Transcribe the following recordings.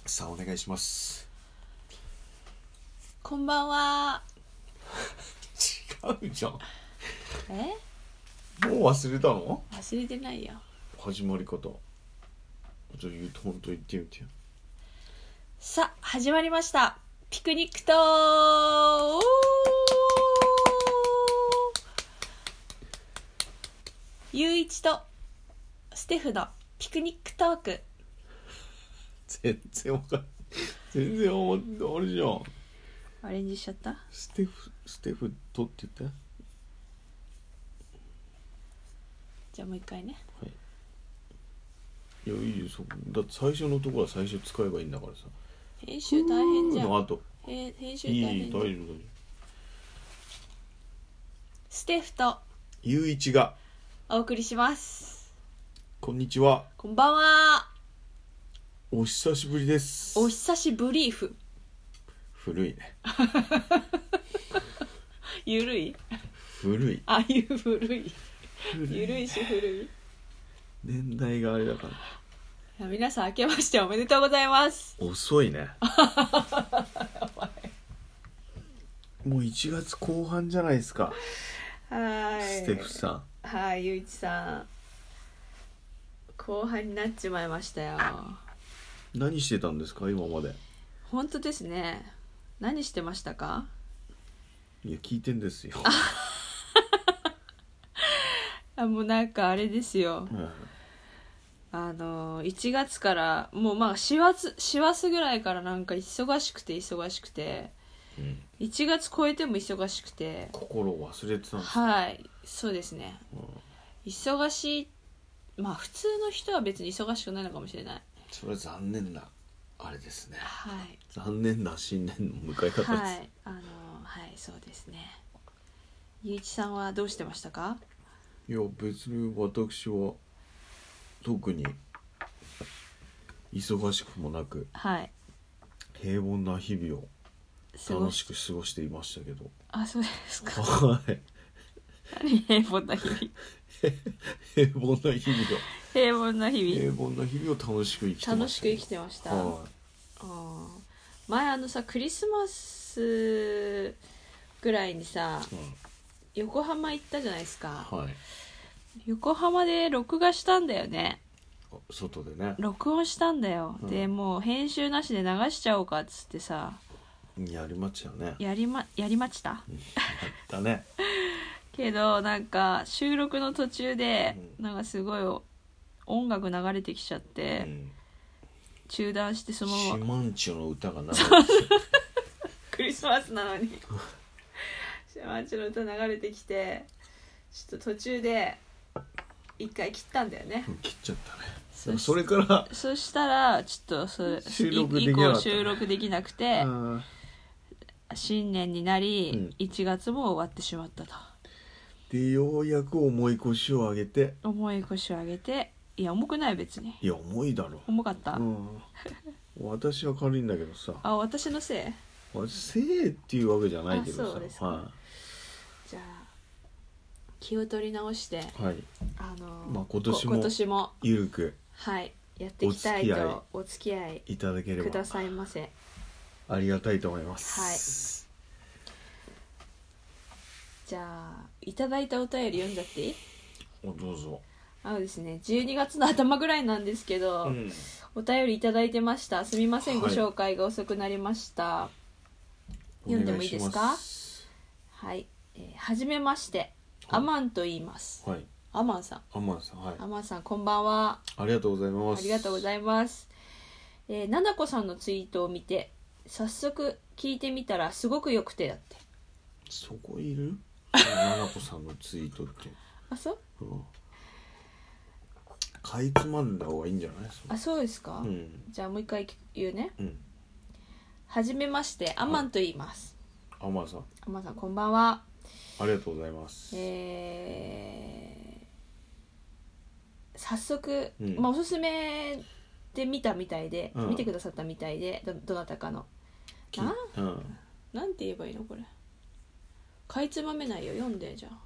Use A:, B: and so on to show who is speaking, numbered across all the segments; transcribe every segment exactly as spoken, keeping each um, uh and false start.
A: さあお願いします。
B: こんばんは。
A: 違うじゃん。
B: え？
A: もう忘れたの？
B: 忘れてないよ。
A: 始まり方。ちょっと言うと本当言ってみてよ。
B: さあ始まりました。ピクニックトーク。ゆういちとステフのピクニックトーク。
A: 全然わかんない。全然わかんない。あれじゃん。
B: アレンジしちゃった。
A: ステフステフとって言った。
B: じゃあもう一回ね。
A: はい。いやいいよ。そだって最初のところは最初使えばいいんだからさ。
B: 編集大変じゃん。
A: の後
B: 編集大変。
A: いい大丈夫大丈夫。
B: ステフと
A: ゆういちが
B: お送りします。
A: こんにちは。
B: こんばんは。
A: お久しぶりです。
B: お久しぶりーふ。
A: 古いね。
B: ゆるい。
A: 古い。
B: あゆ古い。
A: 古い。
B: ゆるいし古い。
A: 年代があれだから。
B: いや皆さん明けましておめでとうございます。
A: 遅いね。もういちがつこう半じゃないですか。
B: はい。
A: ステフさん。
B: はい、ゆういちさん。後半になっちまいましたよ。
A: 何してたんですか今まで。
B: 本当ですね。何してましたか？
A: いや聞いてんですよ。
B: あもうなんかあれですよ。
A: うん、
B: あのいちがつからもうまあ師走師走ぐらいからなんか忙しくて忙しくて、うん、いちがつ超えても忙しくて
A: 心を忘れてたんです。
B: はいそうですね、うん、忙しい。まあ普通の人は別に忙しくないのかもしれない。
A: それは残念なあれですね。
B: はい。
A: 残念な新年の迎え方です。
B: はいあのはいそうですね。ゆういちさんはどうしてましたか？
A: いや別に私は特に忙しくもなく、
B: はい、
A: 平凡な日々を楽しく過ごしていましたけど。
B: あそうですか。
A: はい
B: 何平凡な日々。
A: 平凡な日々を
B: 平凡な日々
A: 平凡な日々を楽しく生きてました。
B: 楽しく生きてました。はい、あ前あのさクリスマスぐらいにさ、うん、横浜行ったじゃないですか。はい。横浜で録画したんだよね。
A: 外でね
B: 録音したんだよ、うん、でもう編集なしで流しちゃおうかっつってさ
A: やりましたよね。
B: やりまやりました。
A: やったね。
B: けどなんか収録の途中で、うん、なんかすごい音楽流れてきちゃって、うん、中断してそのまま
A: シマンチョの歌が流れて
B: クリスマスなのにシマンチョの歌流れてきてちょっと途中で一回切ったんだよね。
A: 切っちゃったね。そ, それから
B: そしたらちょっとそれ
A: 収録できなかった、ね、
B: 以降収録できなくて新年になり、うん、いちがつも終わってしまったと。
A: でようやく重い腰を上げて
B: 重い腰を上げていや重くない別に。
A: いや重いだろ。
B: 重かった、うん、
A: 私は軽いんだけどさ。
B: あ私のせい
A: 私せいっていうわけじゃないけどさ。
B: そうですか、はい、じゃあ気を取り直して、はいあのー
A: まあ、今年も
B: 今年も
A: ゆるく
B: はいやっていきたいとお付き合い
A: いただければ
B: くださいませ。
A: ありがたいと思います。
B: はいじゃあいただいたお便り読んじゃっていい？
A: おどうぞ。
B: あのですねじゅうにがつの頭ぐらいなんですけど、うん、お便りいただいてました。すみません、はい、ご紹介が遅くなりました。読んでもいいですか？はい、えー、はじめまして、はい、アマンと言います。はい、アマンさん。
A: アマンさん、はい。
B: アマンさん、こんばんは。
A: ありがとうございます。
B: ありがとうございます。えー、ななこさんのツイートを見て、早速聞いてみたらすごく良くてだって。
A: そこいる？ななこさんのツイートって。
B: あ、そう？うん。
A: かいつまんだ方がいいんじゃない？
B: あ、そうですか？うん。じゃあもう一回言うね。うん。はじめまして、アマンと言います。
A: アマンさん。
B: アマンさん、こんばんは。
A: ありがとうございます。
B: えー、早速、うんまあ、おすすめで見たみたいで、うん、見てくださったみたいで ど, どなたかのな、うん、なんて言えばいいのこれ。かいつまめないよ、読んでじゃあ。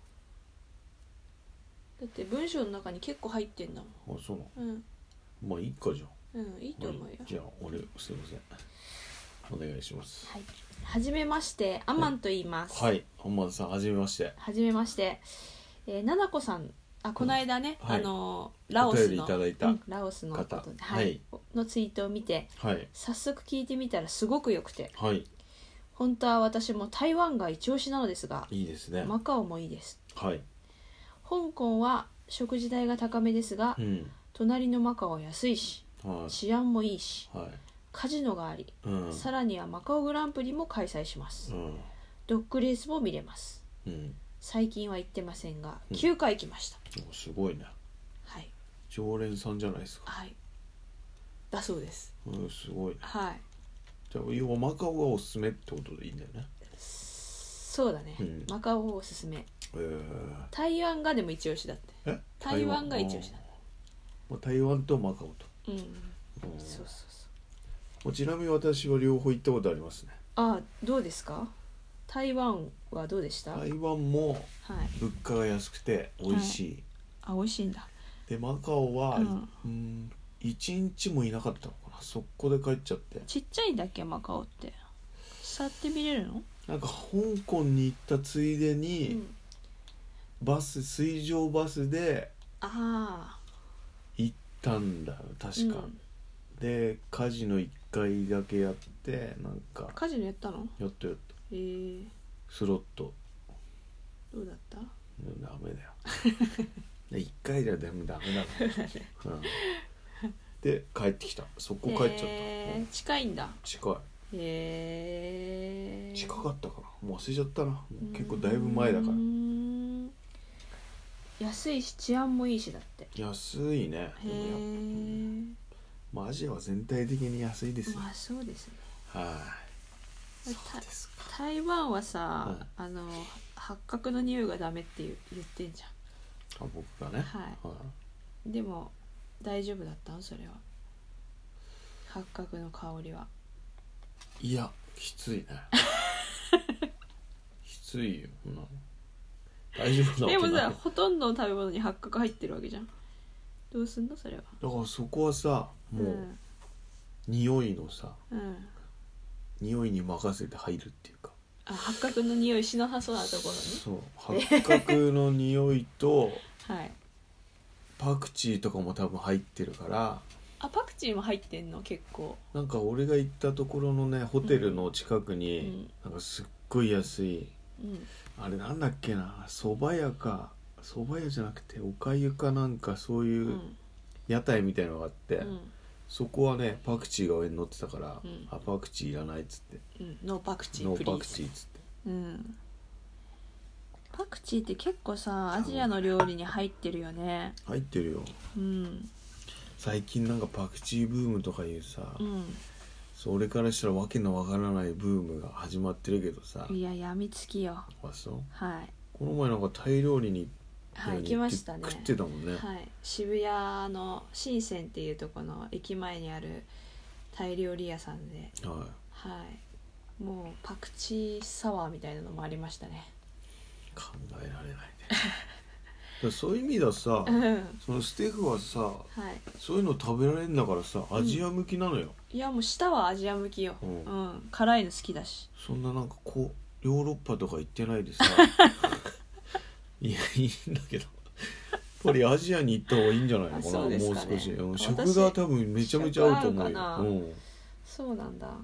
B: だって文章の中に結構入ってんだもん。
A: あ、そうなの。
B: うん。
A: まあいいかじゃん。
B: うんいいと思うよ。
A: じゃあ俺すいませんお願いします。
B: はい。はじめましてアマンと言います。
A: はいアマンさんはじめまして。
B: はじめまして。えー、ななこさんあこの間ね、
A: うんはい、
B: あのラオスの
A: お便りいただいた、うん、
B: ラオスのことで、
A: はい、
B: のツイートを見て、
A: はい、
B: 早速聞いてみたらすごく良くて、
A: はい、
B: 本当は私も台湾が一押しなのですが、
A: いいですね。
B: マカオもいいです。
A: はい。
B: 香港は食事代が高めですが、うん、隣のマカオは安いし、はい、治安もいいし、はい、カジノがあり、うん、さらにはマカオグランプリも開催します、うん、ドッグレースも見れます、うん、最近は行ってませんが、うん、きゅうかい行きました。
A: すごいね。
B: はい。
A: 常連さんじゃないですか。
B: はい。だそうです。
A: うん、すごいね。
B: はい。
A: じゃあ要はマカオがおすすめってことでいいんだよね。
B: そうだね、うん、マカオおすすめ、
A: えー、
B: 台湾がでも一押しだって。
A: え
B: 台湾が一押しだ。
A: 台湾とマカオと、
B: うん、うん、そうそう
A: そう。ちなみに私は両方行ったことありますね。
B: ああどうですか。台湾はどうでした。
A: 台湾も物価が安くて美味しい、
B: はい、あ美味しいんだ。
A: でマカオは、うん、うんいちにちもいなかったのかな。そこで帰っちゃって。
B: ちっちゃいんだっけマカオって。去って見れるの。
A: なんか香港に行ったついでに、うん、バス水上バスで行ったんだよ確か、うん、でカジノいっかいだけやってなんか
B: カジノやったの。
A: やったやった。
B: へー
A: スロット
B: どうだった。
A: ダメだよいっかいじゃダメダメだ、うん、で帰ってきた。そこ帰っちゃった、
B: えーうん、近いんだ。
A: 近い。
B: へえー、
A: 近かったかなもう忘れちゃったな。もう結構だいぶ前だから。
B: 安いし治安もいいしだって。
A: 安いね。
B: へえ。
A: まあアジアは全体的に安いですよ。
B: まあそうですね。
A: はい、そうですか。
B: 台湾はさ、うん、あの八角の匂いがダメって言ってんじゃん。
A: あ僕がね、
B: はい、はい、でも大丈夫だったのそれは。八角の香りは。
A: いやきついねきついよ。大丈夫なわけない。
B: でもさほとんどの食べ物に八角入ってるわけじゃん。どうすんのそれは。
A: だからそこはさもう、うん、匂いのさ、うん、匂いに任せて入るっていうか。
B: あ八角の匂いしなさそうなところに。
A: そう八角の匂いと、
B: はい、
A: パクチーとかも多分入ってるから。
B: あパクチーも入ってんの結構。
A: なんか俺が行ったところのねホテルの近くに、うん、なんかすっごい安い、うん、あれなんだっけな蕎麦屋か蕎麦屋じゃなくておかゆかなんかそういう屋台みたいのがあって、うん、そこはねパクチーが上に乗ってたから、うん、あパクチーいらないっつって、
B: うん、ノーパクチー
A: ノーパクチーっつって、
B: うん、パクチーって結構さアジアの料理に入ってるよね。
A: 入ってるよ、うん、最近なんかパクチーブームとかいうさ、うん、それからしたらわけのわからないブームが始まってるけどさ。
B: いややみつきよ。
A: あそう、
B: はい、
A: この前なんかタイ料理に
B: はい行きましたね。
A: 食ってたもんね。
B: はい、渋谷の深センっていうところの駅前にあるタイ料理屋さんで、はい、はい、もうパクチーサワーみたいなのもありましたね。
A: 考えられないねそういう意味ではさ、うん、そのステーフはさ、はい、そういうの食べられるんだからさアジア向きなのよ、
B: うん、いやもう舌はアジア向きよ、うんうん、辛いの好きだし。
A: そんななんかこうヨーロッパとか行ってないでさいやいいんだけどやっぱりアジアに行った方がいいんじゃないのかな。もう少し、うん、食が多分めちゃめちゃ合うと思うよ、うん、
B: そうなんだ。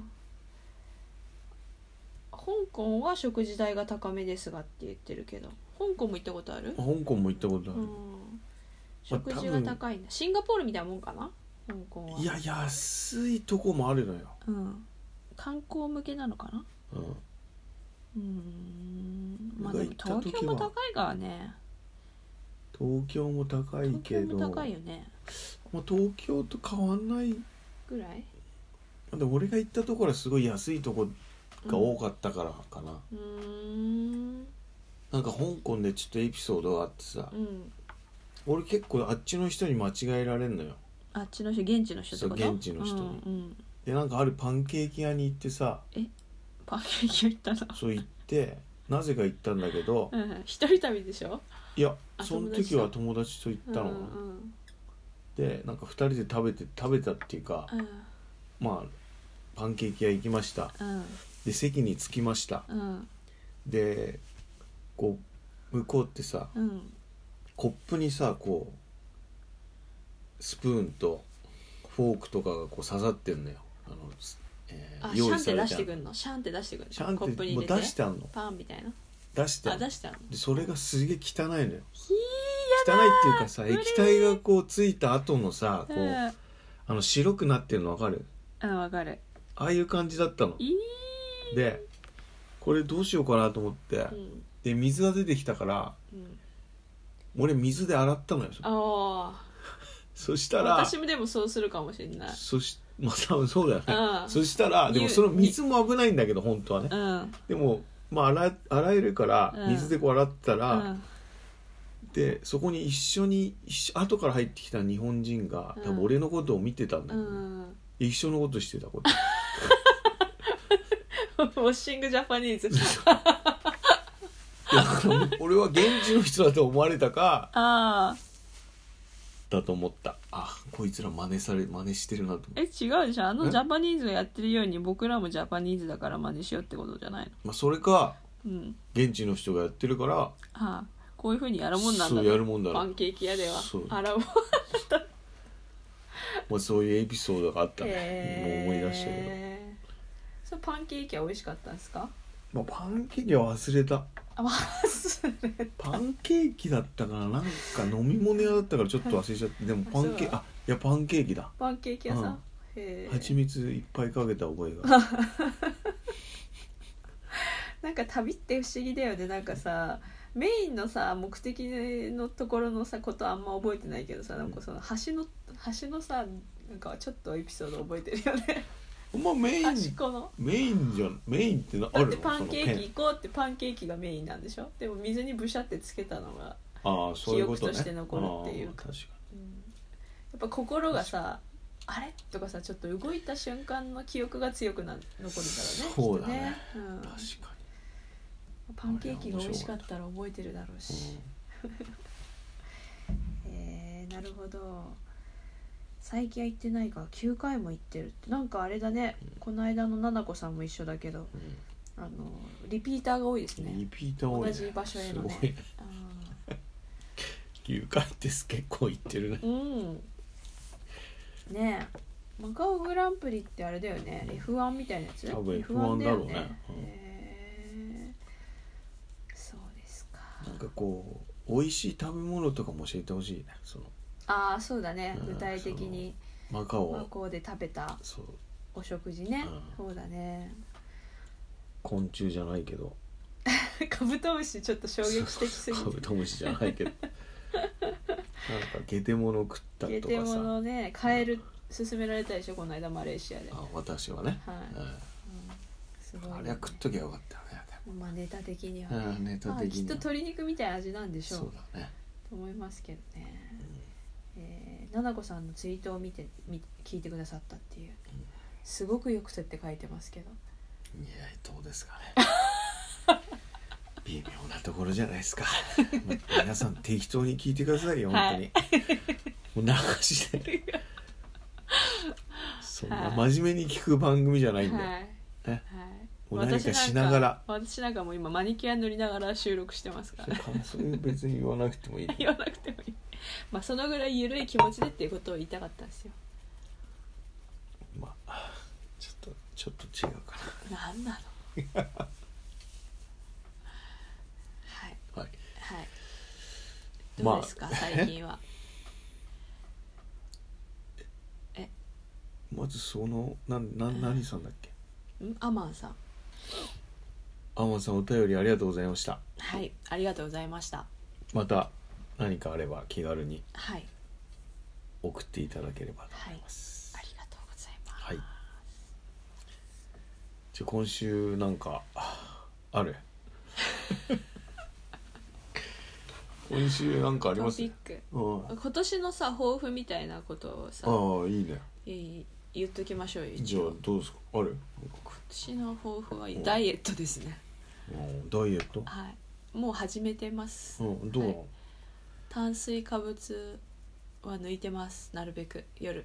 B: 香港は食事代が高めですがって言ってるけど香港も行ったことある。
A: 香港も行ったことある、うん、
B: 食事が高いんだ。シンガポールみたいなもんかな香港は。
A: いや安いとこもあるのよ、
B: うん、観光向けなのかな。うんうーんまあでも東京も高いからね。
A: 東京も高いけど
B: 東京も高いよね、
A: まあ、東京と変わんない
B: ぐらい。
A: で俺が行ったところはすごい安いとこが多かったからかな、うん、うーんなんか香港でちょっとエピソードがあってさ、うん、俺結構あっちの人に間違えられんのよ。
B: あっちの人現地の人ってこと。
A: そう現地の人に、うんうん、でなんかあるパンケーキ屋に行ってさ。
B: えパンケーキ屋行ったの。
A: そう行ってなぜか行ったんだけど、
B: うん、一人旅でしょ。
A: いやその時は友達と行ったの、うんうん、 でなんかふたりで食べて食べたっていうか、うん、まあパンケーキ屋行きました、うん、で席に着きました、うん、でこう向こうってさ、うん、コップにさこうスプーンとフォークとかがこう刺さってんのよ。あの、
B: えー、あ用意されてシャンって出してくんのシャンって出してくんの
A: シャンって
B: コップに入れて
A: もう出してあんの
B: パンみたいな
A: 出してあんの
B: あ出してあんの
A: でそれがすげえ汚いのよ。汚いって
B: いう
A: かさ液体がこうついた後のさこう、うん、あの白くなってるの分かる？
B: あ分かる。
A: ああいう感じだったの。でこれどうしようかなと思って、うん、で水が出てきたから、うん、俺水で洗ったのよ。あそしたら
B: 私もでもそうするかもしれない。
A: そしまあ多分そうだよね、うん、そしたらでもその水も危ないんだけど本当はね、うん、でもまあ洗、洗えるから水でこう洗ったら、うん、でそこに一緒に後から入ってきた日本人が多分俺のことを見てたんだけど、うん、一緒のことしてたこと
B: ウォッシングジャパニーズ
A: 俺は現地の人だと思われたか
B: あ
A: だと思った。あこいつら真似され真似してるなと思って。
B: え違うでしょ。あのジャパニーズがやってるように僕らもジャパニーズだから真似しようってことじゃないの。
A: まあそれか、うん、現地の人がやってるからあ
B: あこういう風にやるもんなんだ。
A: そうやるもんだ。
B: パンケーキ屋では洗うもんだ
A: まあそういうエピソードがあったね、えー、もう思い出したけ
B: ど。それパンケーキは美味しかったんですか？
A: まあ、パンケーキは忘れた。
B: あ忘れた。
A: パンケーキだったかな、なんか飲み物屋だったからちょっと忘れちゃってでもパンケーキあいやパンケーキだ。
B: パンケーキ屋さん、うん、
A: へー蜂蜜いっぱいかけた覚えが
B: なんか旅って不思議だよね。なんかさメインのさ目的のところのさことあんま覚えてないけどさなんかその橋の橋のさなんかちょっとエピソード覚えてるよね
A: まあメインメインじゃんメインってあるの？だって
B: パンケーキ行こうってパンケーキがメインなんでしょ。でも水にブシャってつけたのが記憶として残るっていうか、うん、やっぱ心がさあれとかさちょっと動いた瞬間の記憶が強くな残るからね。
A: そうだね、ねうん、確かに
B: パンケーキが美味しかったら覚えてるだろうし、うん、えー、なるほど。最近は行ってないからきゅうかいも行ってるってなんかあれだね、うん、この間のななこさんも一緒だけど、うん、あのリピーターが多いですね。
A: リピーター多い、ね、
B: 同じ場所へのね。
A: ねきゅうかいって結構行ってるね。
B: うんねえマカオグランプリってあれだよね、うん、エフワン みたいなやつ。
A: 多分 エフワン だろうね、うん、
B: へーそうですか。
A: なんかこう美味しい食べ物とかも教えてほしいね。その
B: ああそうだね、うん、具体的に
A: マカオ
B: マカオで食べたお食事ね、うん、そうだね。
A: 昆虫じゃないけど
B: カブトムシちょっと衝撃的すぎて
A: カブトムシじゃないけどなんかゲテモノ食ったとかさ。ゲテモ
B: ノねカエル勧められたでしょこの間マレーシアで。
A: あ私はね、
B: はいうん、すごい、ね、
A: あれは食っときゃよかったね。
B: まあネタ的にはね、
A: うん、ネタ的には、まあ、
B: きっと鶏肉みたいな味なんでしょう。
A: そうだね
B: と思いますけどね、うんえー、ななこさんのツイートを見てみ聞いてくださったっていう、うん、すごくよくそうやって書いてますけど。
A: いやどうですかね微妙なところじゃないですか皆さん適当に聞いてくださいよ、はい、本当にもう流してそんな真面目に聞く番組じゃないんで、はいねはい、もう何かしながら
B: 私なんかもう今マニキュア塗りながら収録してますから
A: それ別に言わなくてもいい
B: 言わなくてもいいまあそのぐらい緩い気持ちでっていうことを言いたかったんですよ。
A: まあちょっとちょっと違うか
B: な。なんなのはい
A: はい、はい、
B: どうですか、まあ、最近は
A: えまずそのなな何さんだっけ。
B: んアマンさん
A: アマンさんお便りありがとうございました。
B: はいありがとうございました。
A: また何かあれば気軽に
B: はい
A: 送っていただければと思います、
B: はい、ありがとうございます。
A: はいじゃ今週なんかある今週なんかあります？
B: トピック、うん、今年のさ抱負みたいなことをさ
A: ああいいね
B: いい言っときましょうよ。
A: じゃあどうですかある？
B: 今年の抱負はダイエットですね。
A: ダイエット？
B: はいもう始めてます。
A: うんどうなの？
B: はい、炭水化物は抜いてます、なるべく夜。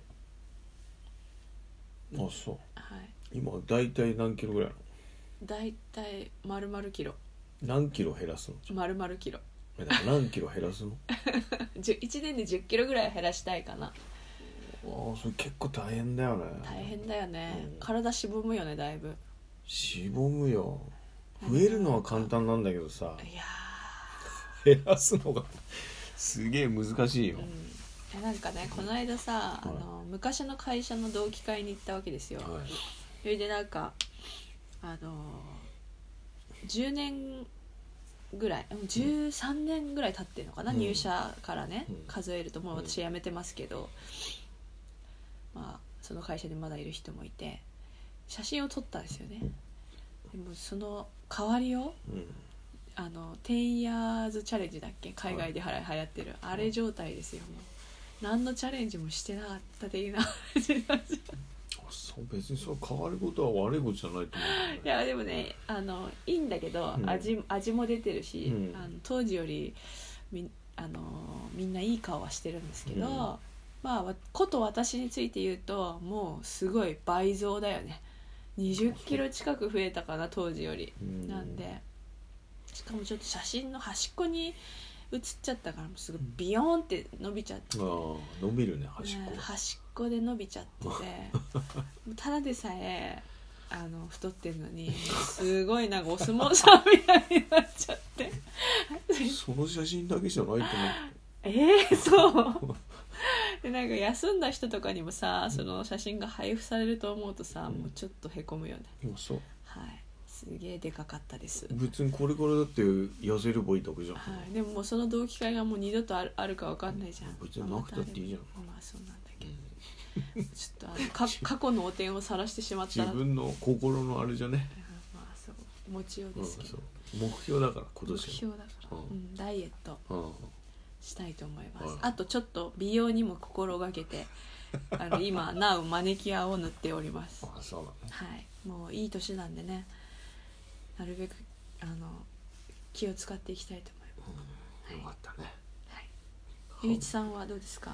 A: あ、そう、
B: はい、
A: 今だいたい何キロぐらいなの？
B: だいたい丸々キロ。
A: 何キロ減らすの？
B: 丸々キロ。
A: だから何キロ減らすの？
B: いちねんでじゅっキロぐらい減らしたいかな。
A: ああ、それ結構大変だよね。
B: 大変だよね、
A: うん、
B: 体しぼむよね、だいぶ
A: しぼむよ。増えるのは簡単なんだけどさ、
B: いや
A: 減らすのがすげえ難しいよ、
B: うん、なんかね、この間さ、はい、あの昔の会社の同期会に行ったわけですよ、はい、それでなんかあのじゅうねんぐらいじゅうさんねんぐらい経ってるのかな、うん、入社からね、うん、数えるともう私辞めてますけど、うん、まあその会社でまだいる人もいて写真を撮ったんですよね。でもその代わりを、うん、あのテンヤーズチャレンジだっけ、海外では流行ってる、はい、あれ状態ですよ。もう何のチャレンジもしてなかった的な
A: そう、別にその変わることは悪いことじゃないと思う、ね、
B: いやでもね、あのいいんだけど、うん、味, 味も出てるし、うん、あの当時より み, あのみんないい顔はしてるんですけど、うん、まあこと私について言うともうすごい倍増だよね。にじゅっキロ近く増えたかな、当時より、うん、なんでしかもちょっと写真の端っこに映っちゃったから、もうすぐビヨーンって伸びちゃって、
A: あ伸びるね、端っこ、
B: ね、端っこで伸びちゃっててただでさえあの太ってるのにすごいなんかお相撲さんみたいになっちゃって
A: その写真だけじゃないと思って。
B: えー、そうでなんか休んだ人とかにもさ、その写真が配布されると思うとさ、うん、もうちょっとへこむよね。
A: そう、
B: はい、すげえでかかったです。
A: 別にこれからだって痩せればいいだけじゃん、
B: はい、でももうその同期会がもう二度とある、あるか分かんないじゃん。
A: 別になくたっていいじゃん。
B: まあそうなんだけど、うん、ちょっとあのか過去の汚点を晒してしまったら
A: 自分の心のあれじゃね、
B: まあそう持ちようですけど、
A: うん、目標だから今年
B: 目標だから、うんうん、ダイエット、うんしたいと思います、
A: はい、
B: あとちょっと美容にも心がけてあの今なおマネキュアを塗っております。
A: あ、そうだね、
B: はい、もういい年なんでね、なるべくあの気を使っていきたいと思います、うん、
A: よかったね、
B: はい、ゆういちさんはどうですか？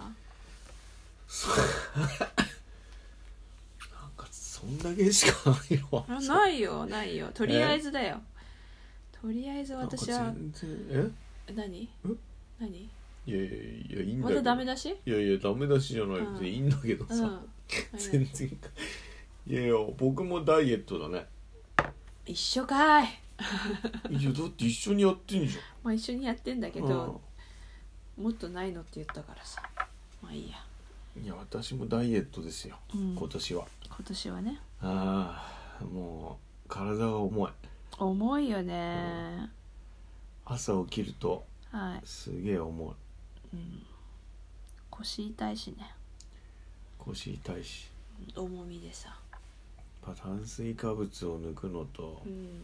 A: なんかそんだけしかないの？
B: あ、ないよないよ、とりあえずだよ、とりあえず私は
A: 全然え
B: 何
A: え
B: 何
A: いやいやいや、いいんだけど、
B: またダメ出し？い
A: やいやダメ出しじゃない、うん、いいんだけどさ、うん、全然いやいや僕もダイエットだね。
B: 一緒かい
A: いやだって一緒にやってんじゃん。
B: まあ一緒にやってんだけど、うん、もっとないのって言ったからさ、まあいいや。
A: いや私もダイエットですよ、うん、今年は。
B: 今年はね、
A: ああもう体が重い
B: 重いよね、
A: うん、朝起きると、はい、すげえ重い、
B: うん、腰痛いしね。
A: 腰痛いし、
B: 重みでさ、
A: 炭水化物を抜くのと、うん、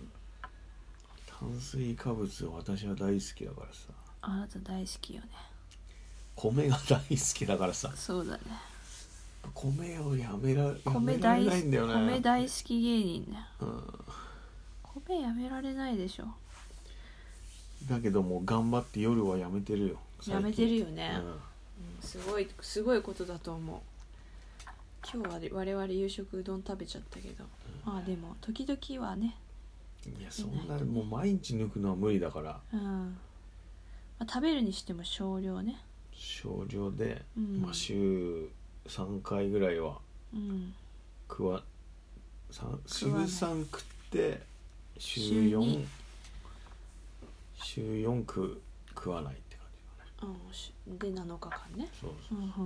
A: 炭水化物私は大好きだからさ。
B: あなた大好きよね。
A: 米が大好きだからさ。
B: そうだね、
A: 米をやめら、やめられないんだよね。
B: 米大好き芸人ね、
A: うん、
B: 米やめられないでしょ。
A: だけどもう頑張って夜はやめてるよ。
B: やめてるよね、うんうん、すごいすごいことだと思う。今日は我々夕食うどん食べちゃったけど、うん、まあでも時々はね。
A: いやそんなもう毎日抜くのは無理だから、
B: うん、まあ、食べるにしても少量ね。
A: 少量で、うん、まあ、週さんかいぐらいは食わ、うん、週さん食って週よん週よん食食わないって感じだね、
B: うん、でなのかかんね。
A: そうそうそう、うんうん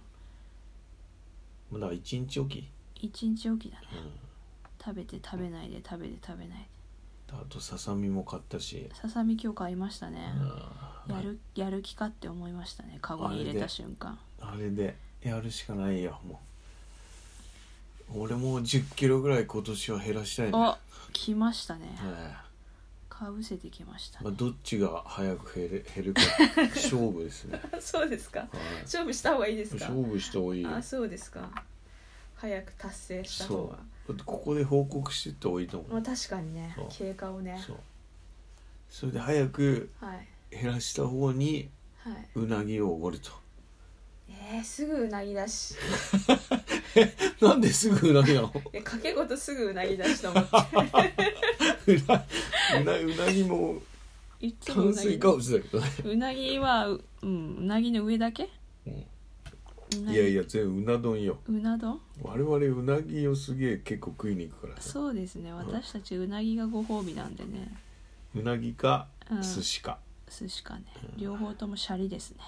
A: うん、だからいちにちおき
B: いちにちおきだね、うん、食べて食べないで食べて食べないで。
A: あとささみも買ったし。
B: ささみ今日買いましたね、うん、やるやる気かって思いましたね、カゴに入れた瞬間。
A: あれでやるしかないよ。もう俺もじゅっキロぐらい今年は減らしたいね。
B: あ、来ましたね、
A: ええ、
B: かぶせてきましたね、
A: まあ、どっちが早く減る、減るか勝負ですね
B: そうですか、はい、勝負した方がいいですか。
A: 勝負した方がいいよ。
B: あ、そうですか、早く達成した方が。
A: だってここで報告してった方がいいと思う、
B: まあ、確かにね、経過をね。
A: そうそれで早く減らした方にうなぎをおごると、
B: えー、すぐうなぎだし
A: なんですぐうなぎなの？
B: え掛け事すぐうなぎだしと思って
A: うなうなうなぎも
B: いつもうなぎ
A: 炭水化物だけどね。
B: うなぎは う,、うん、うなぎの上だけ、
A: うん、
B: うなぎ
A: いやいや全部うな丼よ。
B: うな丼
A: 我々うなぎをすげえ結構食いに行くからさ。
B: そうですね、私たちうなぎがご褒美なんでね。
A: うなぎか
B: うん
A: 寿司か、
B: 寿司かね、両方ともシャリですね。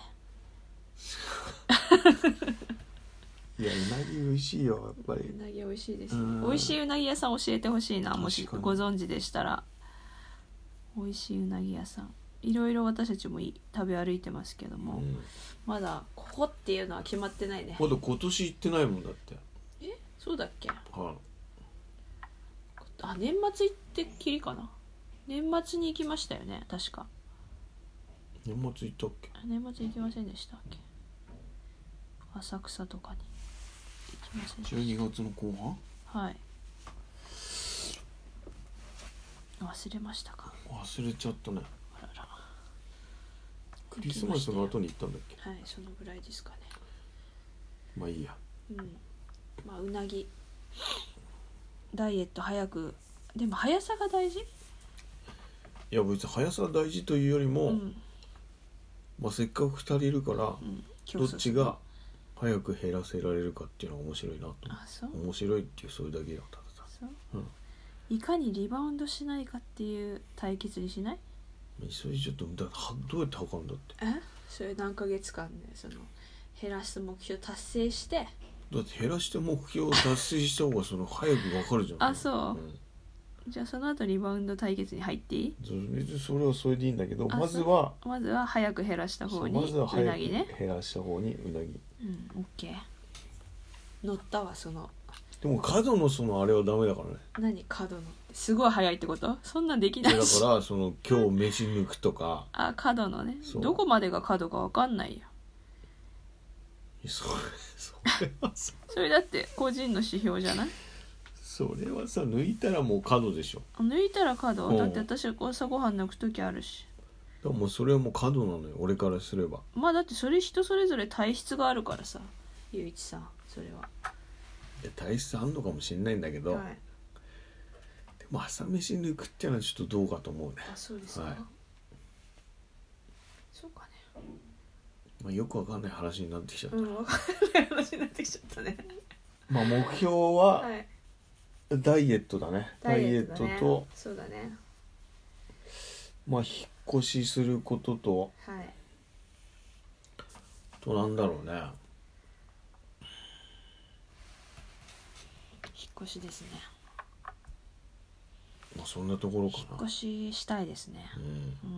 A: いやうなぎ美味しいよやっぱり。
B: うなぎ美味しいです
A: うん
B: ね。美味しいうなぎ屋さん教えてほしいな、もし
A: 確かに
B: ご存知でしたら。美味しいうなぎ屋さんいろいろ私たちもい食べ歩いてますけども、
A: うん、
B: まだここっていうのは決まってないね。
A: まだ今年行ってないもんだって。
B: え、そうだっけ？
A: は
B: あ、年末行ってきりかな。年末に行きましたよね確か。
A: い、年末行ったっけ？
B: 年末行きませんでしたっけ？浅草とかに行きませんでした。
A: じゅうにがつの後半？
B: はい。忘れましたか？
A: 忘れちゃったね。
B: あらら。
A: クリスマスの後に行ったんだっけ？
B: はい、そのぐらいですかね。
A: まあいいや。
B: うん。まあうなぎダイエット早く、でも速さが大事？
A: いや別に速さ大事というよりも、
B: うん、
A: まあ、せっかくふたりいるから、
B: うん、
A: どっちが早く減らせられるかっていうのが面白いなと。
B: あ、そう。
A: 面白いっていうそれだけよたださ。
B: そう、
A: うん、
B: いかにリバウンドしないかっていう対決にしない？
A: それちょっとだはどうやって測るんだって。
B: え？それ何ヶ月間でその減らす目標達成して。
A: だって減らして目標を達成した方がその早く分かるじゃん。
B: あ、そう、うん、じゃあその後リバウンド対決に入っていい？
A: 別にそれはそれでいいんだけど、まずは
B: まずは早く減らした方に
A: まずは早く
B: うなぎね。
A: 減らした方にうなぎ。
B: うん、オッケー。乗ったわその。
A: でも角のそのあれはダメだからね。
B: 何角のってすごい早いってこと？そんなんできないし。
A: だからその今日飯抜くとか。
B: あ、角のね。どこまでが角か分かんないよ。
A: それそれはさ
B: それだって個人の指標じゃない？
A: それはさ抜いたらもう角でしょ。
B: 抜いたら角だって私朝ごはん抜く時あるし。
A: でもそれはもう角なのよ俺からすれば。
B: まあだってそれ人それぞれ体質があるからさゆういちさんそれは。
A: いや体質あんのかもしれないんだけど、
B: はい、
A: でも朝飯抜くっていうのはちょっとどうかと思うね。
B: あ、そうですか、はい、そうかね。
A: まあ、よくわかんない話になってきちゃった。
B: うん、わかんない話になってきちゃったね。
A: まあ目標は、はい、ダイエットだね。ダイエット、ね、と
B: そうだね。
A: まあ引っ越しすることと、
B: はい、
A: となんだろうね。
B: 引っ越しですね。
A: まあそんなところかな。
B: 引っ越ししたいですね。
A: うん。
B: うん、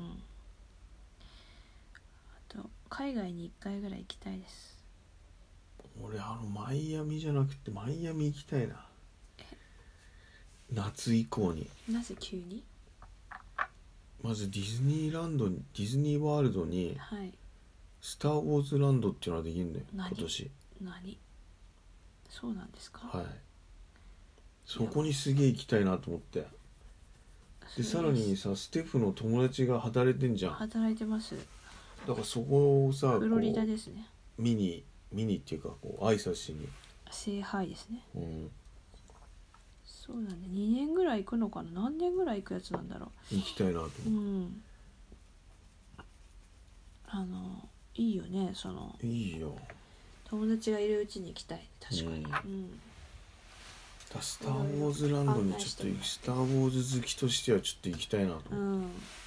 B: あと海外にいっかいぐらい行きたいです。
A: 俺あのマイアミじゃなくてマイアミ行きたいな。夏以降に。
B: なぜ急に？
A: まずディズニーランドにディズニーワールドに、
B: はい、
A: スター・ウォーズランドっていうのができるんだよ今年。
B: 何？そうなんですか？
A: はい。そこにすげえ行きたいなと思って。でさらにさステフの友達が働いてんじゃん。
B: 働いてます。
A: だからそこをさ
B: フロリダですね。
A: 見に見にっていうかこう挨拶しに。
B: 聖杯ですね。
A: うん。
B: そうだね。にねんぐらい行くのかな。何年ぐらい行くやつなんだろ
A: う。行きたいなと思って。うん。
B: あのいいよねその。
A: いいよ。
B: 友達がいるうちに行きたい確かに。うん。うん
A: スター・ウォーズランドにちょっとスター・ウォーズ好きとしてはちょっと行きたいなと思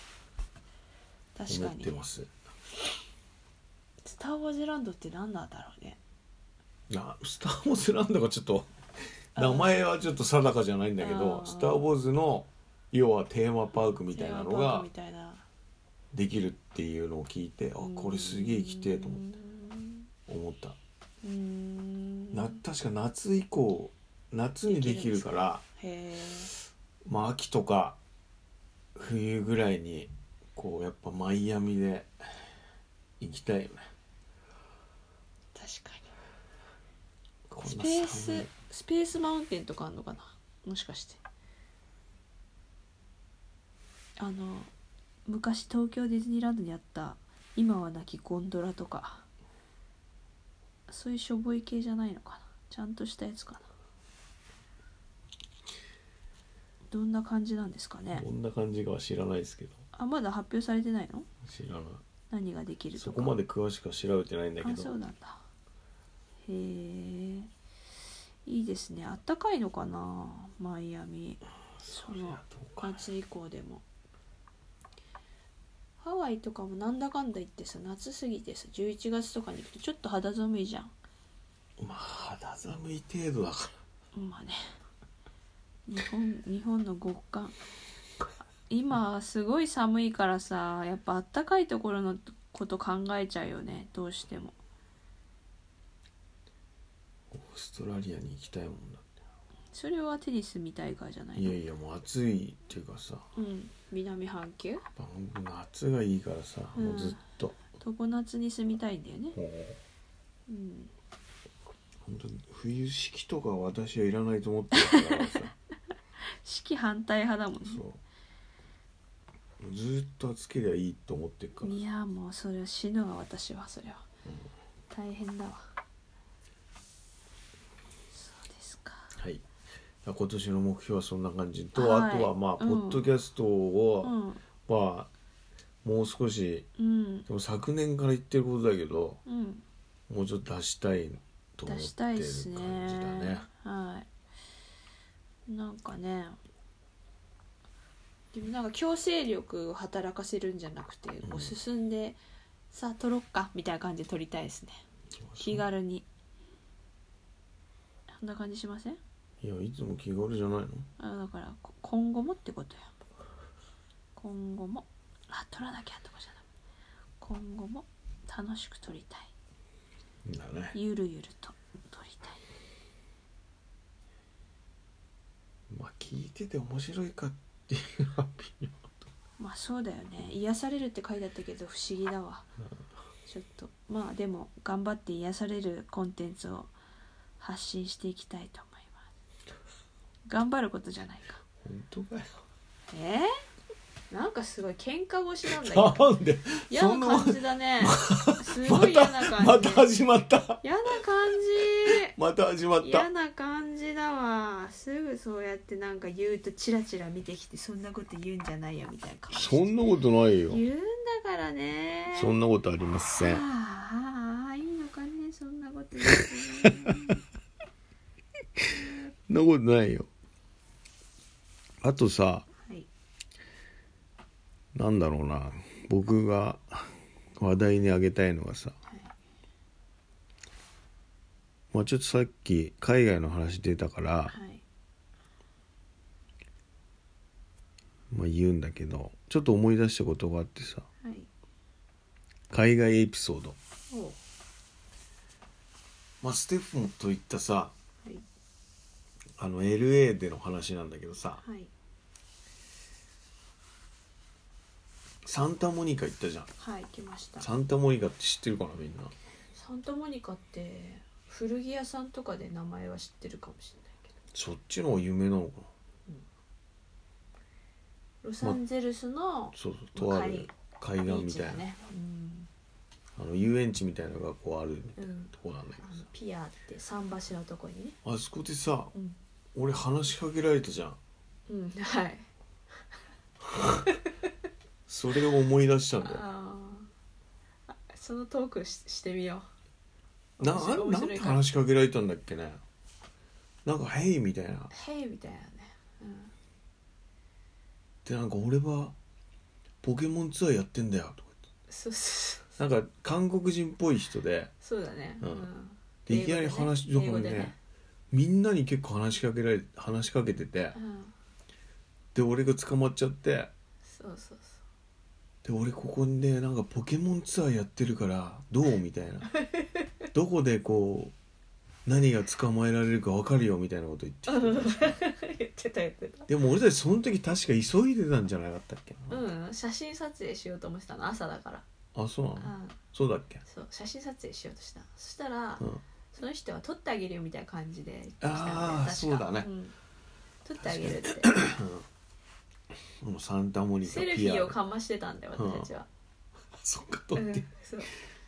A: ってます、うん、
B: スター・ウォーズランドって何なんだろうね。
A: なスター・ウォーズランドがちょっと名前はちょっと定かじゃないんだけどスター・ウォーズの要はテーマパークみたいなのができるっていうのを聞いてあこれすげえ行きてえと思って思った。うーんな確か夏以降夏にできるからへまあ秋とか冬ぐらいにこうやっぱマイアミで行きたいよね。
B: 確かに。スペーススペースマウンテンとかあんのかなもしかして。あの昔東京ディズニーランドにあった今はなきゴンドラとかそういうしょぼい系じゃないのかな、ちゃんとしたやつかな。どんな感じなんですかね。
A: どんな感じかは知らないですけど。
B: あ、まだ発表されてないの？
A: 知らない。
B: 何ができるとか。
A: そこまで詳しくは調べてないんだけど。
B: あ、そうなんだ。へえ、いいですね。あったかいのかな、マイアミ。その夏以降でも。ハワイとかもなんだかんだ言ってさ、夏過ぎてさ、じゅういちがつとかに行くとちょっと肌寒いじゃん。
A: まあ肌寒い程度だから。
B: まあね。日本日本の極寒。今すごい寒いからさ、やっぱあったかいところのこと考えちゃうよね、どうしても。
A: オーストラリアに行きたいもんだって。
B: それはテニス見たいからじゃないの？
A: いやいや、もう暑いっていうかさ、
B: うん、南半球？
A: 夏がいいからさ、うん、もうずっと
B: 常夏に住みたいんだよね。
A: うん、本当に冬四季とか私はいらないと思ってるからさ
B: 四季反対派だもんね。
A: そうずっと暑けりゃいいと思ってるから。
B: いやもうそれは死ぬわ、私はそれは、うん、大変だわ。そうですか。
A: はい、今年の目標はそんな感じと、はい、あとはまあ、うん、ポッドキャストを、うん、まあもう少し、うん、でも昨年から言ってることだけど、うん、もうちょっと出したいと思ってる感じだね。
B: はい。なんかね、でもなんか強制力を働かせるんじゃなくて、こう進んで、うん、さあ撮ろっかみたいな感じで撮りたいですね。気軽に。そんな感じしません？
A: いや、いつも気軽じゃないの？
B: あ、だから今後もってことよ。今後も、あ、撮らなきゃとかじゃない。今後も楽しく撮りたい。
A: だね。
B: ゆるゆると撮りたい。
A: まあ聞いてて面白いかっていうアピニオンと。
B: まあそうだよね。癒されるって書いてあったけど不思議だわ。うん、ちょっとまあでも頑張って癒されるコンテンツを発信していきたいと思います。頑張ることじゃないか。
A: 本当かよ。
B: えー、なんかすごい喧嘩腰なんだけど。
A: なんで
B: 嫌な感じだね。すごい嫌な感じ。
A: また始まった。
B: 嫌な感じ。
A: また始まった。
B: 嫌な感じだわ。すぐそうやってなんか言うとチラチラ見てきて、そんなこと言うんじゃないよみたいな感じ。
A: そんなことないよ。
B: 言うんだからね。
A: そんなことありません。
B: ああ、いいのかね、そんなこと言ってね。
A: そんなことないよ。あとさ、はい、なんだろうな、僕が話題にあげたいのがさ、はい、まあちょっとさっき海外の話出たから、はい、まあ言うんだけど、ちょっと思い出したことがあってさ、はい、海外エピソード。まあステフォンといったさ、はい、あの エルエー での話なんだけどさ、はい、サンタモニカ行ったじゃん。
B: はい、行きました。
A: サンタモニカって知ってるかな、みんな。
B: サンタモニカって古着屋さんとかで名前は知ってるかもしれないけど、
A: そっちの方が有名なのかな、
B: うん、ロサンゼルスの、ま、
A: そうそう、とある海岸みたいな、ね、うん、あの遊園地みたいなのがこうあるとこなんだけどさ、うん、
B: ピアって桟橋のとこにね、
A: あそこでさ、うん、俺話しかけられたじゃん。
B: うん、はい。
A: それを思い出したんだよ。
B: ああ、そのトーク し, してみよう。
A: な、なんて話しかけられたんだっけね。なんかヘイみたいな。
B: ヘイみたいなね。うん、
A: でなんか俺はポケモンツアーやってんだよとか言って。
B: そうそうそう。
A: なんか韓国人っぽい人で。
B: そうだね。
A: うん。うん、でいきなり話どころね、ね、みんなに結構話しかけられ話しかけてて、うん、で俺が捕まっちゃって。
B: そうそうそう。
A: で俺ここでなんかポケモンツアーやってるからどうみたいなどこでこう何が捕まえられるか分かるよみたいなこと言って
B: 言ってた言ってた。
A: でも俺たちその時確か急いでたんじゃなかったっけな。
B: うん、写真撮影しようと思ってたの、朝だから。
A: あ、そうなの、うん、そうだっけ。
B: そう、写真撮影しようとした。そしたら、うん、その人は撮ってあげるよみたいな感じで言ってきたんで、ああそうだね、うん、撮ってあげるって
A: もうサンタモニカ
B: ピアセルフィーをかましてたんだよ私たちは、
A: うん、そっか撮って、うん、
B: そう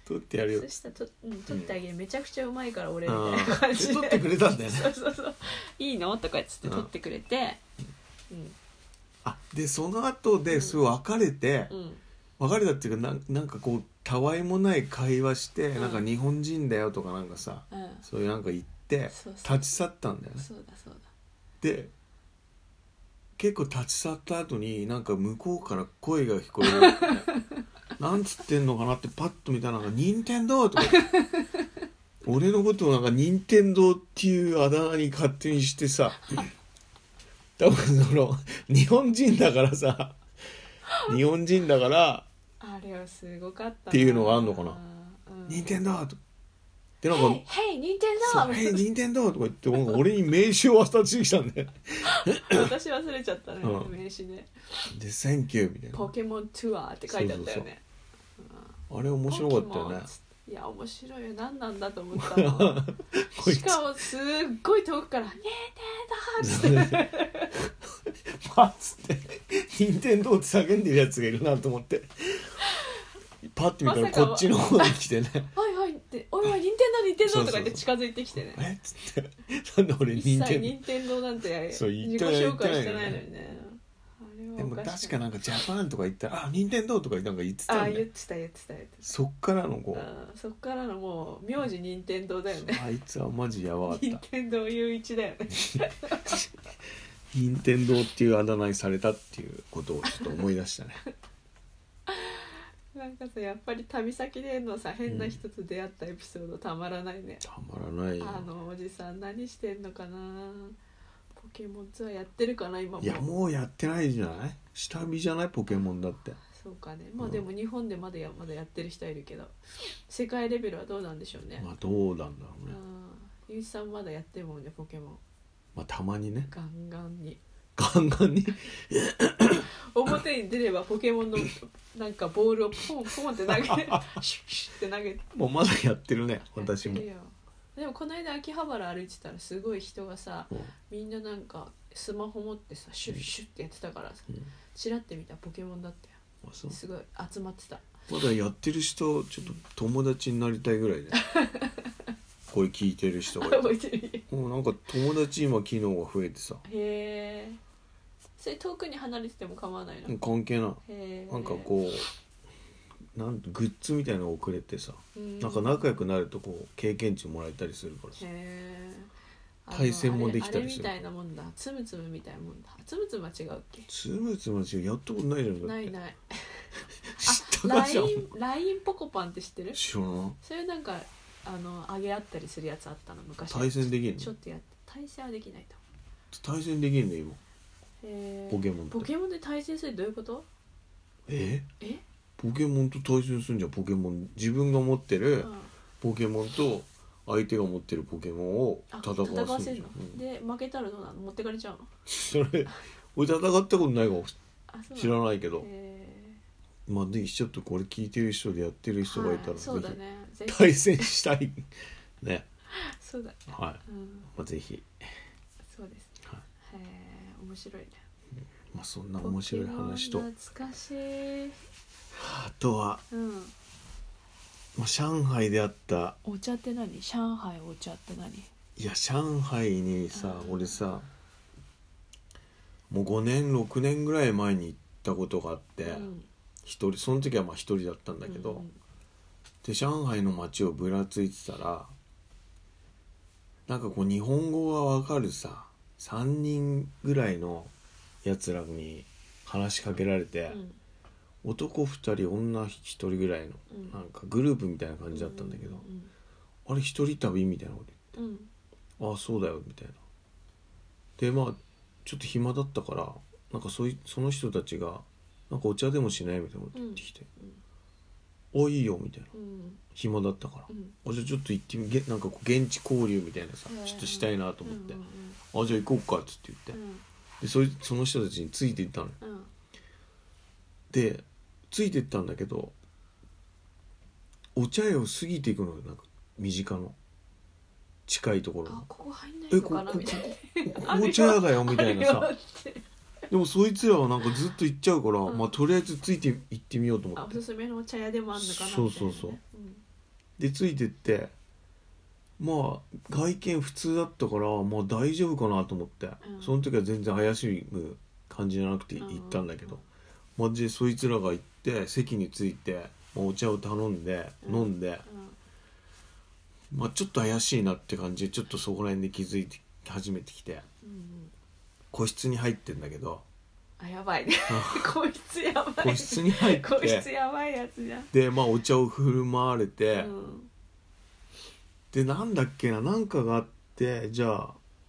A: 撮ってやるよ。
B: そしたらと、うん、撮ってあげる、めちゃくちゃうまいから俺みたいな感じで
A: 撮ってくれたんだよね。
B: そうそうそういいのとか言って撮ってくれて、うん、
A: あでその後ですぐ別れて、
B: うん、
A: 別れたっていうかな、なんかこうたわいもない会話して、
B: うん、
A: なんか日本人だよとかなんかさ、うん、そういうなんか言って
B: そうそう
A: 立ち去ったんだよね。
B: そうだそうだ。
A: で結構立ち去った後になんか向こうから声が聞こえるなんつってんのかなってパッと見たらなんか任天堂とか俺のことをなんか任天堂っていうあだ名に勝手にしてさ多分その日本人だからさ日本人だから
B: あれはすごかった
A: っていうのがあんのかな、
B: うん、
A: 任天堂とでなんか
B: 「ヘイ任天堂!」
A: ヘイ任天堂とか言ってなんか俺に名刺を渡してきたんで
B: 私忘れちゃったね、うん、名刺ね
A: で「センキュー」みたいな
B: ポケモンツアーって書いてあったよね。
A: あれ面白かったよね。
B: いや面白いよ、何なんだと思ったのしかもすっごい遠くから「任天堂!」って
A: パッつって任天堂って叫んでるやつがいるなと思ってパッて見たらこっちの方に来てね
B: 「はいはい」って「おいおい任天堂任天堂」とか言って近づいてきてね。
A: えっつってなんで俺任天堂
B: 任天堂なんて自己
A: そう
B: 紹介してないのにね。
A: でも確かなんかジャパンとか言ったら「あ任天堂とかなんか言ってたんだよ。
B: あ言ってた言ってた言ってた。
A: そっからのこ
B: うそっからのもう名字任天堂だよね。
A: あいつはマジやばかった。
B: 任天堂雄一だよね
A: 任天堂っていうあだ名にされたっていうことをちょっと思い出したね
B: なんかさやっぱり旅先でのさ変な人と出会ったエピソードたまらないね、
A: たまらないよ。
B: あのおじさん何してんのかな、ポケモンツアーやってるかな今も。
A: いやもうやってないじゃない、下火じゃないポケモンだって。
B: そうかね、まあでも日本でまだやまだやってる人はいるけど世界レベルはどうなんでしょうね。
A: まあどうなんだろうね。
B: ゆういちさんまだやってるもんねポケモン。
A: まあたまにね
B: ガンガンに
A: ガンガンに
B: 表に出ればポケモンのなんかボールをポンポンって投げシュッシュッって投げて
A: もうまだやってるね私も。
B: でもこの間秋葉原歩いてたらすごい人がさ、うん、みんななんかスマホ持ってさシュッシュッってやってたからさ、うん、チラって見たらポケモンだったよ。すごい集まってた。
A: まだやってる人ちょっと友達になりたいぐらいで、ね、これ聞いてる人がいてもうなんか友達今機能が増えてさ。
B: へえ。それ遠くに離れてても構わないの？
A: 関係ない。へなんかこうなんグッズみたいなのをくれてさ、んなんか仲良くなるとこう経験値もらえたりするからさ。へえ。対戦もできたりする。
B: あれみたいなもんだ。つむつむみたいなもんだ。つむつむは違うっけ？
A: つむつむは違う。やったことないじゃん。だって
B: ないない。
A: 知ったかじゃん。
B: ラインラインポコパンって知ってる？
A: 知らない。
B: それなんかあの上げ合ったりするやつあったの昔。
A: 対戦できるの？
B: ちょっとやって対戦はできない
A: と。対戦できるね今。へポケモン
B: ポケモンで対戦するどういうこと？
A: え？
B: え？
A: ポケモンと対戦するんじゃん。ポケモン自分が持ってるポケモンと相手が持ってるポケモンを戦わせるの、うん、で負けたらどうなの？持ってかれちゃうの？それ俺戦ったことないから知らないけど、まあでちょっとこれ聞いてる人でやってる人がいたら、はい、そうだね、ぜひ対戦したいね。
B: そうだね、
A: はい、うんまあ、ぜひ
B: そうです、はい、へえ面白いね。
A: まあそんな面白い話と
B: 懐かしい。
A: あとは、うんまあ、上海であった
B: お茶って何？上海お茶って何？
A: いや上海にさ俺さもうごねんろくねんぐらい前に行ったことがあって、うん、一人その時はまあ一人だったんだけど、うん、で上海の街をぶらついてたらなんかこう日本語がわかるささんにんぐらいのやつらに話しかけられて、うん、男ふたり女ひとりぐらいの、うん、なんかグループみたいな感じだったんだけど、うんうんうん、あれ一人旅みたいなこと言って、うん、ああそうだよみたいな。でまあちょっと暇だったからなんかそいその人たちがなんかお茶でもしないみたいなこと言ってきて、うんうん、あいいよみたいな、うん、暇だったから、うん、あじゃあちょっと行ってみなんかこう現地交流みたいなさ、ちょっとしたいなと思って、うんうんうん、あじゃあ行こうかっつって言って、うん、で そ, その人たちについていったの、うん、でついていったんだけどお茶屋を過ぎていくのよなんか身近の近いところに。
B: あここ入んないのかなみたいな。
A: ここお茶屋だよみたいなさ。でもそいつらはなんかずっと行っちゃうから、うん、まあとりあえずついて行ってみようと思って。
B: あおすすめのお茶屋でもあんのかなみたいな、ね、
A: そうそうそう、 でついてってまあ外見普通だったからまあ大丈夫かなと思って、うん、その時は全然怪しむ感じじゃなくて行ったんだけど、うん、マジでそいつらが行って席に着いて、まあ、お茶を頼んで、うん、飲んで、うん、まあちょっと怪しいなって感じでちょっとそこら辺で気づいて始めてきて、うん、個室に入ってんだけど
B: あやばいね個室やばい
A: 個室に入って
B: 個室やばいやつじゃん
A: でまあお茶を振る舞われて、うん、でなんだっけななんかがあってじゃあ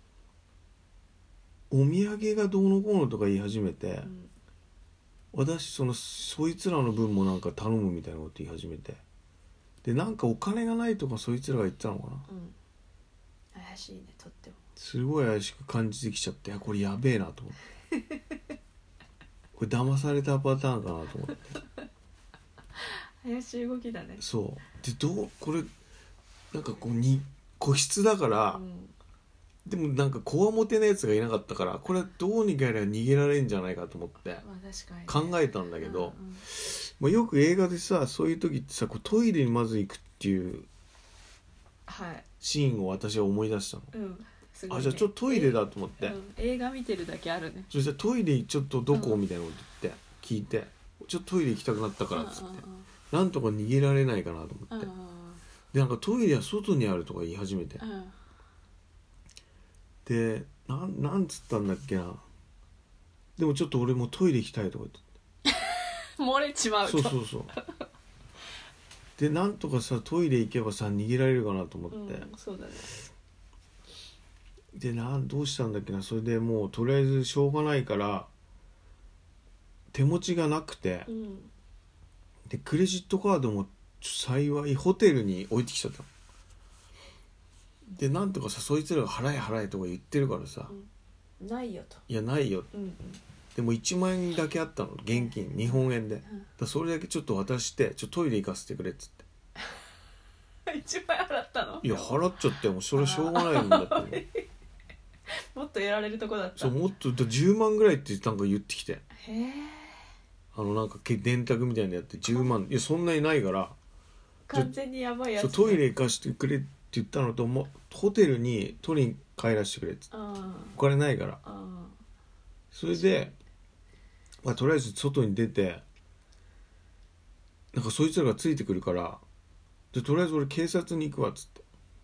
A: お土産がどうのこうのとか言い始めて、うん、私そのそいつらの分もなんか頼むみたいなこと言い始めてでなんかお金がないとかそいつらが言ったのかな、うん、
B: 怪しいねとっても
A: すごい怪しく感じてきちゃってこれやべえなと思ってこれ騙されたパターンかなと思って
B: 怪しい動きだね
A: そうでどうこれなんかこうに個室だから、うん、でもなんかこわもてなやつがいなかったからこれはどうにかやれば逃げられんじゃないかと思って、まあ確かにね、考えたんだけど、うんうんまあ、よく映画でさそういう時ってさこうトイレにまず行くっていうシーンを私は思い出したの、うんすごいね、あじゃあちょっとトイレだと思って、うん、
B: 映画見てるだけあるね
A: そしたらトイレちょっとどこ、うん、みたいなこと言って聞いてちょっとトイレ行きたくなったからっつって、うんうんうん、なんとか逃げられないかなと思って、うんうん、でなんかトイレは外にあるとか言い始めて、うん、でな ん, なんつったんだっけなでもちょっと俺もトイレ行きたいとか言って
B: 漏れちまうと
A: そうそうそうでなんとかさトイレ行けばさ逃げられるかなと思って、うん、
B: そうだね
A: でなんどうしたんだっけなそれでもうとりあえずしょうがないから手持ちがなくて、うん、でクレジットカードも幸いホテルに置いてきちゃったでなんとかさそいつらが払え払えとか言ってるからさ、
B: うん、ないよと
A: いやないよ、うんうん、でもいちまん円だけあったの現金、うん、日本円で、うん、だそれだけちょっと渡してちょっとトイレ行かせてくれっつって
B: いちまん円払ったの
A: いや払っちゃってもうそれはしょうがないんだって
B: もっとやられるとこだった
A: そうもっとじゅうまんぐらいってなんか言ってきて
B: へえ
A: あのなんか電卓みたいなのやってじゅうまんいやそんなにないから
B: 完全にやばいやつ、ね、
A: そうトイレ行かしてくれって言ったのともホテルに取りに帰らせてくれってお金ないからそれで、まあ、とりあえず外に出てなんかそいつらがついてくるからでとりあえず俺警察に行くわっつって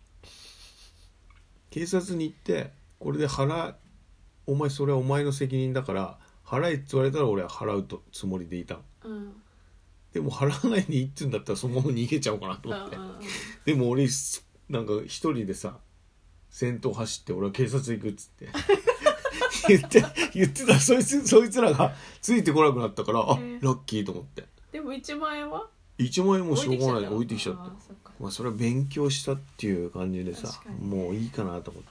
A: 警察に行ってこれで払お前それはお前の責任だから払えって言われたら俺は払うとつもりでいたの、うん、でも払わないでいいって言うんだったらそのまま逃げちゃおうかなと思ってでも俺なんか一人でさ先頭走って俺は警察行くっつって言って言ってたそいつそいつらがついてこなくなったからあ、えー、ラッキーと思ってで
B: もいちまん円はい
A: ちまん円もしょうがない置いてきちゃった。あそっかまあそれは勉強したっていう感じでさもういいかなと思って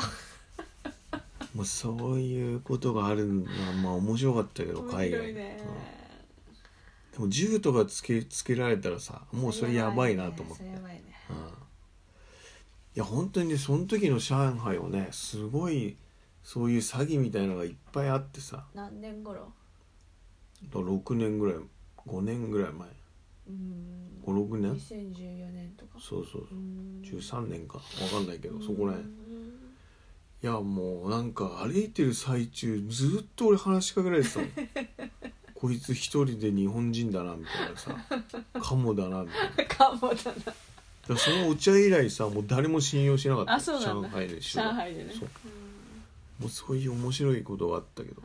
A: もうそういうことがあるのはまあ面白かったけど海外、ねうん、でも銃とかつけ、つけられたらさもうそれやばいなと思って、ねねうん、いや本当にねその時の上海はねすごいそういう詐欺みたいなのがいっぱいあってさ
B: 何年頃
A: ろくねんぐらいごねんぐらい前ご、ろくねんに
B: せんじゅうよねんとか
A: そうそうそうじゅうさんねんか分かんないけどそこらへんいやもうなんか歩いてる最中ずっと俺話しかけられてたのこいつ一人で日本人だなみたいなさカモだなみたいな
B: カモだな
A: だそのお茶以来さもう誰も信用しなかった
B: あそうなんだ
A: 上海で
B: 上海でねそう
A: もうそういう面白いことがあったけど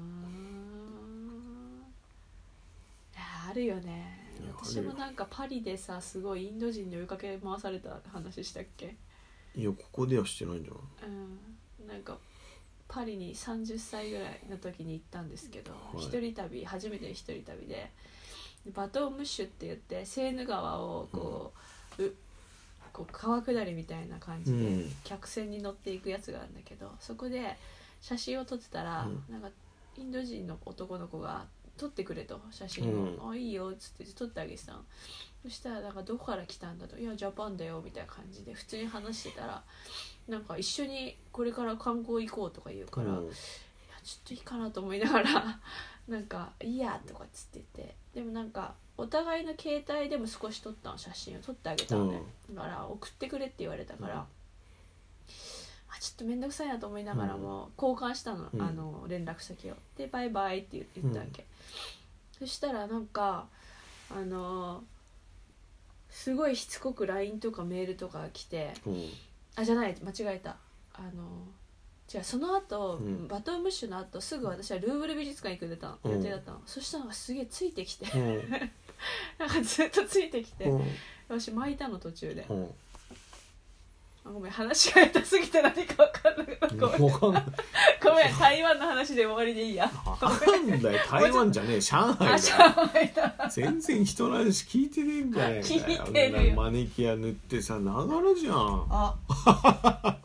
B: あるよね私もなんかパリでさすごいインド人に追いかけ回された話したっけ
A: いやここではしてないんじゃない
B: うんなんかパリにさんじゅっさいぐらいの時に行ったんですけど、はい、一人旅初めての一人旅でバトームッシュって言ってセーヌ川をこう、うん、こう川下りみたいな感じで客船に乗っていくやつがあるんだけど、うん、そこで写真を撮ってたら、うん、なんかインド人の男の子が撮ってくれと写真を、うん、あいいよっつって撮ってあげてたの。そしたらなんかどこから来たんだといやジャパンだよみたいな感じで普通に話してたらなんか一緒にこれから観光行こうとか言うから、うん、いやちょっといいかなと思いながらなんかいいやとかっつって言ってでもなんかお互いの携帯でも少し撮ったの写真を撮ってあげたのね、うん、だから送ってくれって言われたから、うん、あちょっと面倒くさいなと思いながらも交換したの、うん、あの連絡先をでバイバイって言ったわけ、うん、そしたらなんかあのすごいしつこく ライン とかメールとか来て、うん、あじゃない間違えたあの違うその後、うん、バトンムッシュの後すぐ私はルーブル美術館行く予定だったの、うん、そしたらなんかすげえついてきて、うん、なんかずっとついてきて、うん、私巻いたの途中で、うん、あごめん話が下手すぎて何か分かんなくなったごめんごめん台湾の話で終わりでいいや
A: なんだよ台湾じゃねえ上海だよ上海だ全然人の話聞いてねえんじゃねえかよ聞いてるよマネキュア塗ってさながらじゃんあ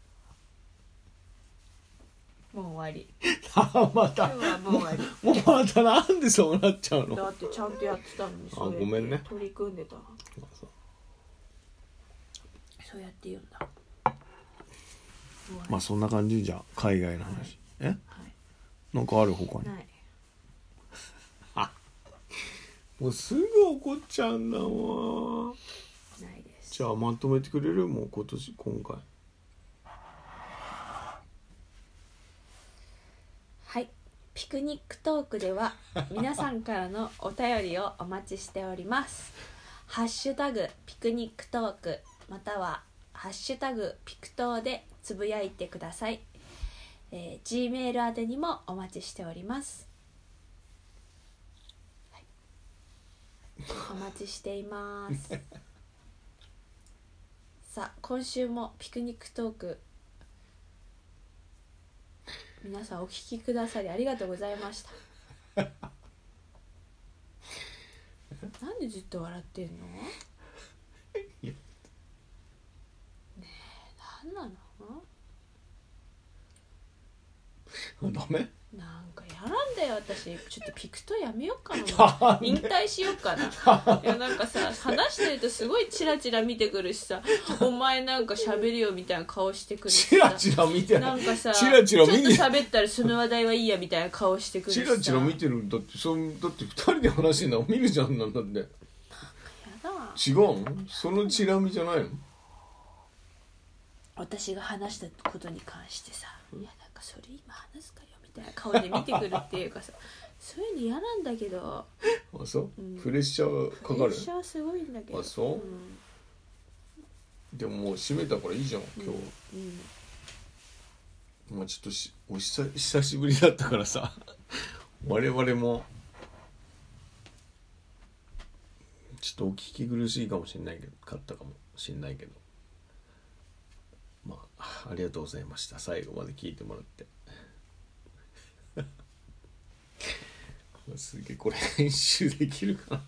B: もう終わり
A: あまた
B: 今日はもう終わり
A: もうまたなんでそうなっちゃうの
B: だってちゃんとやってたのに
A: そうやってあごめんね
B: 取り組んでたのそうやって言うんだ
A: まあそんな感じじゃ海外の話、はい、え、はい、なんかある他に
B: ない
A: あもうすぐ怒っちゃうんだわ
B: ないです
A: じゃあまとめてくれるもう今年今回
B: はいピクニックトークでは皆さんからのお便りをお待ちしておりますハッシュタグピクニックトークまたはハッシュタグピクトーでつぶやいてください、えー、Gmail 宛てにもお待ちしております、はい、お待ちしていますさあ今週もピクニックトーク皆さんお聞きくださりありがとうございましたなんでずっと笑ってんのねえなんなの
A: ダメ
B: なんかやらんだよ私ちょっとピクトやめようかな引退しようかないやなんかさ話してるとすごいチラチラ見てくるしさお前なんか喋るよみたいな顔してくるしさ
A: チラチラ見て
B: なんかさ
A: チラチラ見て
B: ちょっと喋ったらその話題はいいやみたいな顔してくるしさ
A: チラチラ見てるんだってそだってふたりで話してんの見るじゃんなんだってやだ違うのそのチラ見じゃないの
B: 私が話したことに関してさ、うん、いやなんかそれ今話すかよみたいな顔で見てくるっていうかさそういうの嫌なんだけど
A: あそう、うん、プレッシャーかかるプレッ
B: シャーすごいんだけど
A: あそう、うん、でももう閉めたからいいじゃん今日、うんうん、まあちょっとしお久久しぶりだったからさ我々もちょっとお聞き苦しいかもしれないけどかったかもしれないけどまあ、ありがとうございました最後まで聞いてもらってすげえこれ編集できるかな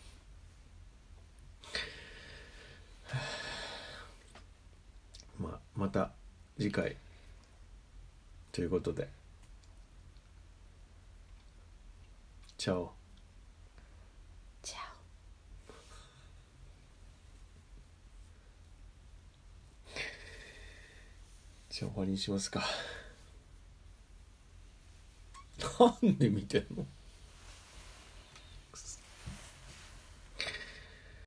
A: まあまた次回ということでチャオ
B: チャオ
A: じゃあ終わりにしますかなんで見てんの